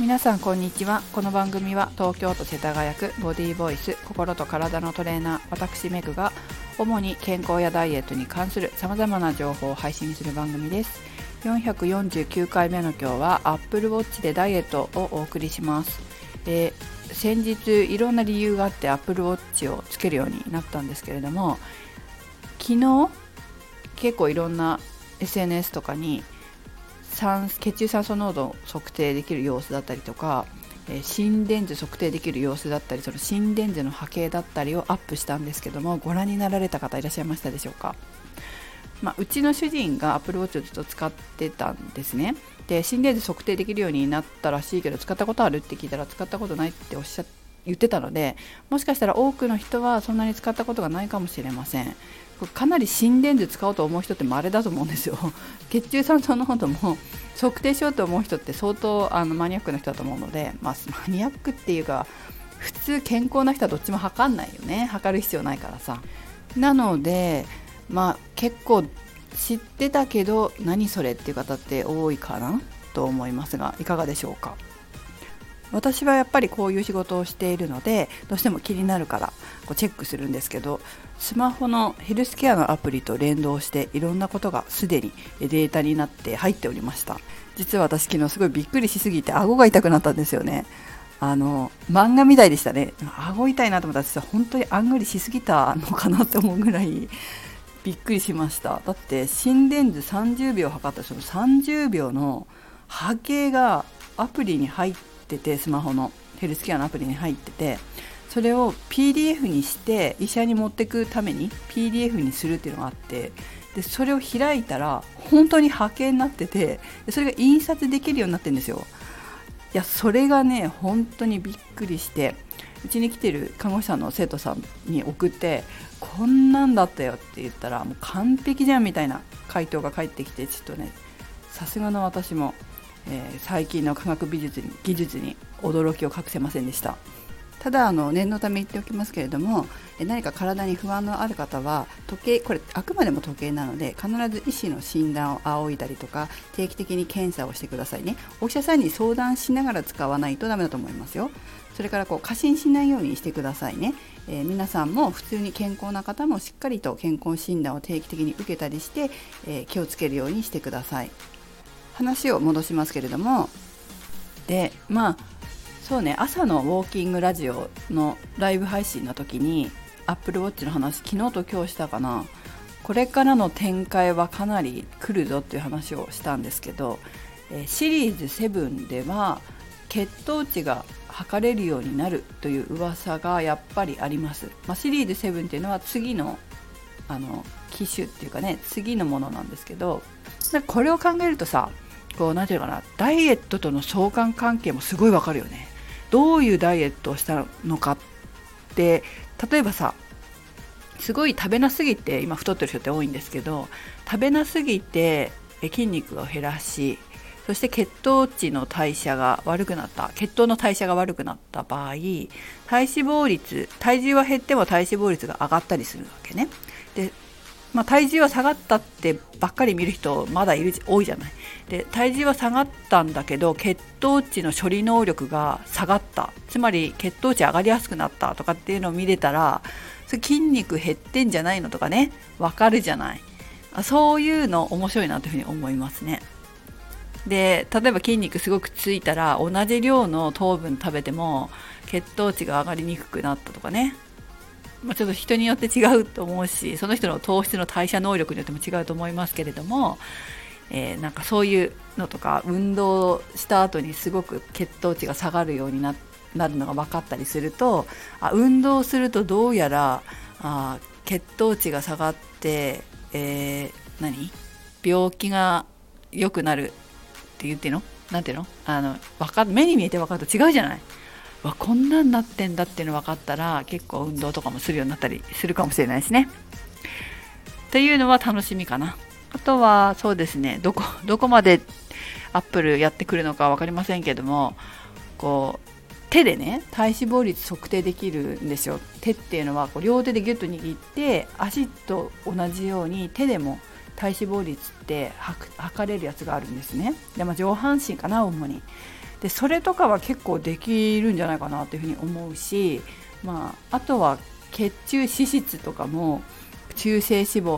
皆さんこんにちは。この番組は東京都世田谷区ボディーボイス心と体のトレーナー私メグが主に健康やダイエットに関する様々な情報を配信する番組です。449回目の今日は Apple Watch でダイエットをお送りします。先日いろんな理由があって Apple Watch をつけるようになったんですけれども、昨日結構いろんな SNS とかに血中酸素濃度を測定できる様子だったりとか、心電図測定できる様子だったり、その心電図の波形だったりをアップしたんですけども、ご覧になられた方いらっしゃいましたでしょうか。うちの主人が Apple Watch をずっと使ってたんですね。で、心電図測定できるようになったらしいけど使ったことあるって聞いたら使ったことないって言ってたので、もしかしたら多くの人はそんなに使ったことがないかもしれません。かなり心電図使おうと思う人って稀だと思うんですよ。血中酸素濃度も測定しようと思う人って相当マニアックな人だと思うので、マニアックっていうか普通健康な人はどっちも測んないよね。測る必要ないからさ。なので結構知ってたけど何それっていう方って多いかなと思いますが、いかがでしょうか。私はやっぱりこういう仕事をしているのでどうしても気になるからチェックするんですけど、スマホのヘルスケアのアプリと連動していろんなことがすでにデータになって入っておりました。実は私昨日すごいびっくりしすぎて顎が痛くなったんですよね。漫画みたいでしたね。顎痛いなと思ったら実は本当にあんぐりしすぎたのかなって思うぐらいびっくりしました。だって心電図30秒測ったその30秒の波形がアプリに入ってて、スマホのヘルスケアのアプリに入ってて、それを PDF にして医者に持っていくために PDF にするっていうのがあって、でそれを開いたら本当に波形になってて、でそれが印刷できるようになってるんですよ。いや、それがね本当にびっくりして、うちに来てる看護師さんの生徒さんに送って、こんなんだったよって言ったらもう完璧じゃんみたいな回答が返ってきて、ちょっとねさすがの私も最近の科学技術に驚きを隠せませんでした。ただ念のため言っておきますけれども、何か体に不安のある方は時計、これあくまでも時計なので必ず医師の診断を仰いだりとか定期的に検査をしてくださいね。お医者さんに相談しながら使わないとダメだと思いますよ。それから過信しないようにしてくださいね。皆さんも普通に健康な方もしっかりと健康診断を定期的に受けたりして、気をつけるようにしてください。話を戻しますけれども、でそうね、朝のウォーキングラジオのライブ配信の時に Apple Watch の話昨日と今日したかな。これからの展開はかなり来るぞっていう話をしたんですけど、シリーズ7では血糖値が測れるようになるという噂がやっぱりあります。シリーズ7っていうのは次の機種っていうかね、次のものなんですけど、これを考えるとさ、なんていうかな、ダイエットとの相関関係もすごいわかるよね。どういうダイエットをしたのかって、例えばさ、すごい食べなすぎて今太ってる人って多いんですけど、食べなすぎて筋肉を減らし、そして血糖の代謝が悪くなった場合、体脂肪率、体重は減っても体脂肪率が上がったりするわけね。で体重は下がったってばっかり見る人まだ多いじゃない。で体重は下がったんだけど血糖値の処理能力が下がった、つまり血糖値上がりやすくなったとかっていうのを見れたら、それ筋肉減ってんじゃないのとかね、わかるじゃない。そういうの面白いなというふうに思いますね。で例えば筋肉すごくついたら同じ量の糖分食べても血糖値が上がりにくくなったとかね。ちょっと人によって違うと思うし、その人の糖質の代謝能力によっても違うと思いますけれども、なんかそういうのとか、運動した後にすごく血糖値が下がるようになるのが分かったりすると、運動するとどうやら血糖値が下がって、病気が良くなるって言ってのなんていうの、目に見えて分かると違うじゃない。こんなんなってんだっていうの分かったら結構運動とかもするようになったりするかもしれないですね。っていうのは楽しみかな。あとはそうですね、どこまでアップルやってくるのか分かりませんけども、手でね体脂肪率測定できるんですよ。手っていうのは両手でギュッと握って足と同じように手でも体脂肪率って測れるやつがあるんですね。で、上半身かな主に。でそれとかは結構できるんじゃないかなというふうに思うし、あとは血中脂質とかも中性脂肪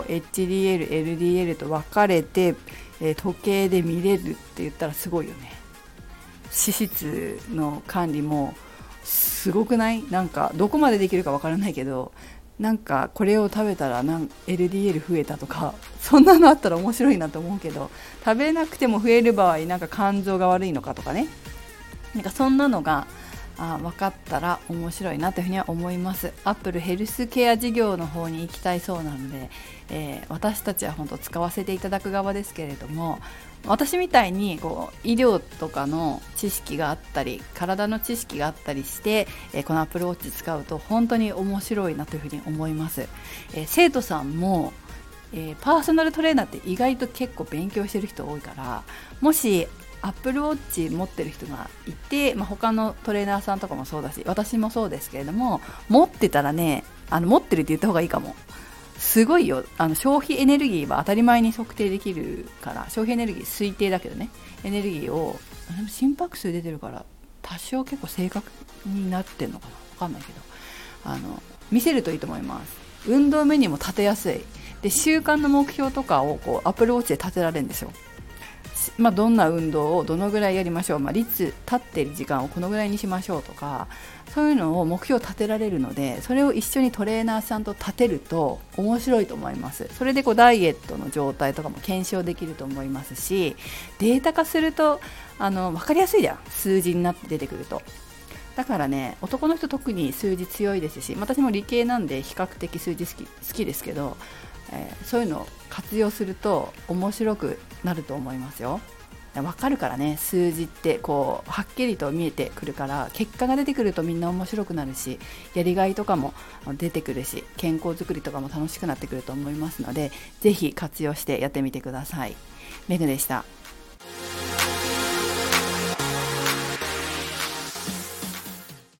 HDL、LDL と分かれて、時計で見れるって言ったらすごいよね。脂質の管理もすごくない？なんかどこまでできるか分からないけど、なんかこれを食べたらLDL 増えたとか、そんなのあったら面白いなと思うけど、食べなくても増える場合なんか肝臓が悪いのかとかね、なんかそんなのが分かったら面白いなというふうには思います。アップルヘルスケア事業の方に行きたいそうなので、私たちは本当使わせていただく側ですけれども、私みたいに医療とかの知識があったり体の知識があったりして、このアップルウォッチ使うと本当に面白いなというふうに思います。生徒さんもパーソナルトレーナーって意外と結構勉強してる人多いから、もしアップルウォッチ持ってる人がいて、他のトレーナーさんとかもそうだし、私もそうですけれども、持ってたらね、持ってるって言った方がいいかも。すごいよ。消費エネルギーは当たり前に測定できるから、消費エネルギー推定だけどね、エネルギーを心拍数出てるから多少結構正確になってんのかな、分かんないけど、見せるといいと思います。運動メニューも立てやすいで、習慣の目標とかをアップルウォッチで立てられるんですよ。どんな運動をどのぐらいやりましょう、立っている時間をこのぐらいにしましょうとか、そういうのを目標を立てられるので、それを一緒にトレーナーさんと立てると面白いと思います。それでダイエットの状態とかも検証できると思いますし、データ化すると分かりやすいじゃん、数字になって出てくると。だからね、男の人特に数字強いですし、私も理系なんで比較的数字好きですけど、そういうのを活用すると面白くなると思いますよ。わかるからね、数字ってはっきりと見えてくるから、結果が出てくるとみんな面白くなるし、やりがいとかも出てくるし、健康づくりとかも楽しくなってくると思いますので、ぜひ活用してやってみてください。メグでした。